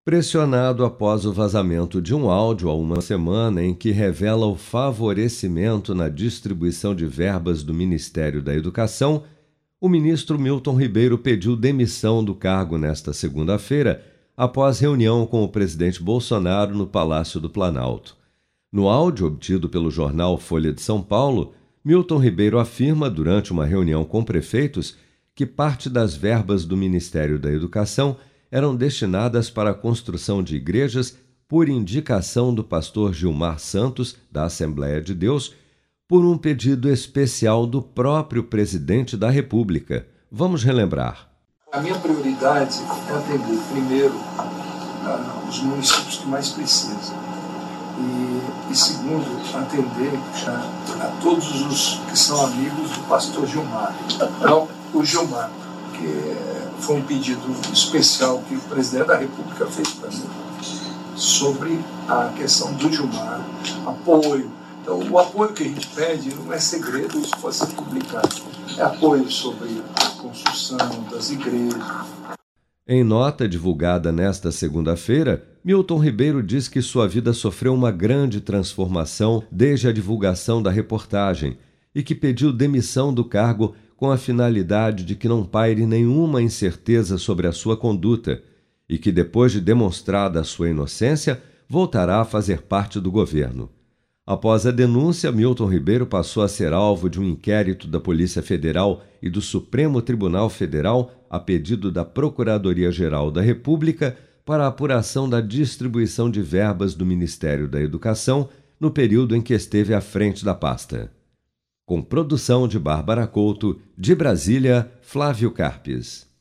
Pressionado após o vazamento de um áudio há uma semana em que revela o favorecimento na distribuição de verbas do Ministério da Educação, o ministro Milton Ribeiro pediu demissão do cargo nesta segunda-feira, após reunião com o presidente Bolsonaro no Palácio do Planalto. No áudio obtido pelo jornal Folha de São Paulo, Milton Ribeiro afirma, durante uma reunião com prefeitos, que parte das verbas do Ministério da Educação eram destinadas para a construção de igrejas por indicação do pastor Gilmar Santos, da Assembleia de Deus, por um pedido especial do próprio presidente da República. Vamos relembrar. A minha prioridade é atender, primeiro, os municípios que mais precisam. E segundo, atender a todos os que são amigos do pastor Gilmar. Não, o Gilmar, que foi um pedido especial que o presidente da República fez para mim sobre a questão do Gilmar, apoio. Então, o apoio que a gente pede não é segredo, isso pode ser publicado. É apoio sobre a construção das igrejas. Em nota divulgada nesta segunda-feira, Milton Ribeiro diz que sua vida sofreu uma grande transformação desde a divulgação da reportagem e que pediu demissão do cargo com a finalidade de que não paire nenhuma incerteza sobre a sua conduta e que, depois de demonstrada a sua inocência, voltará a fazer parte do governo. Após a denúncia, Milton Ribeiro passou a ser alvo de um inquérito da Polícia Federal e do Supremo Tribunal Federal a pedido da Procuradoria-Geral da República para a apuração da distribuição de verbas do Ministério da Educação no período em que esteve à frente da pasta. Com produção de Bárbara Couto, de Brasília, Flávio Carpes.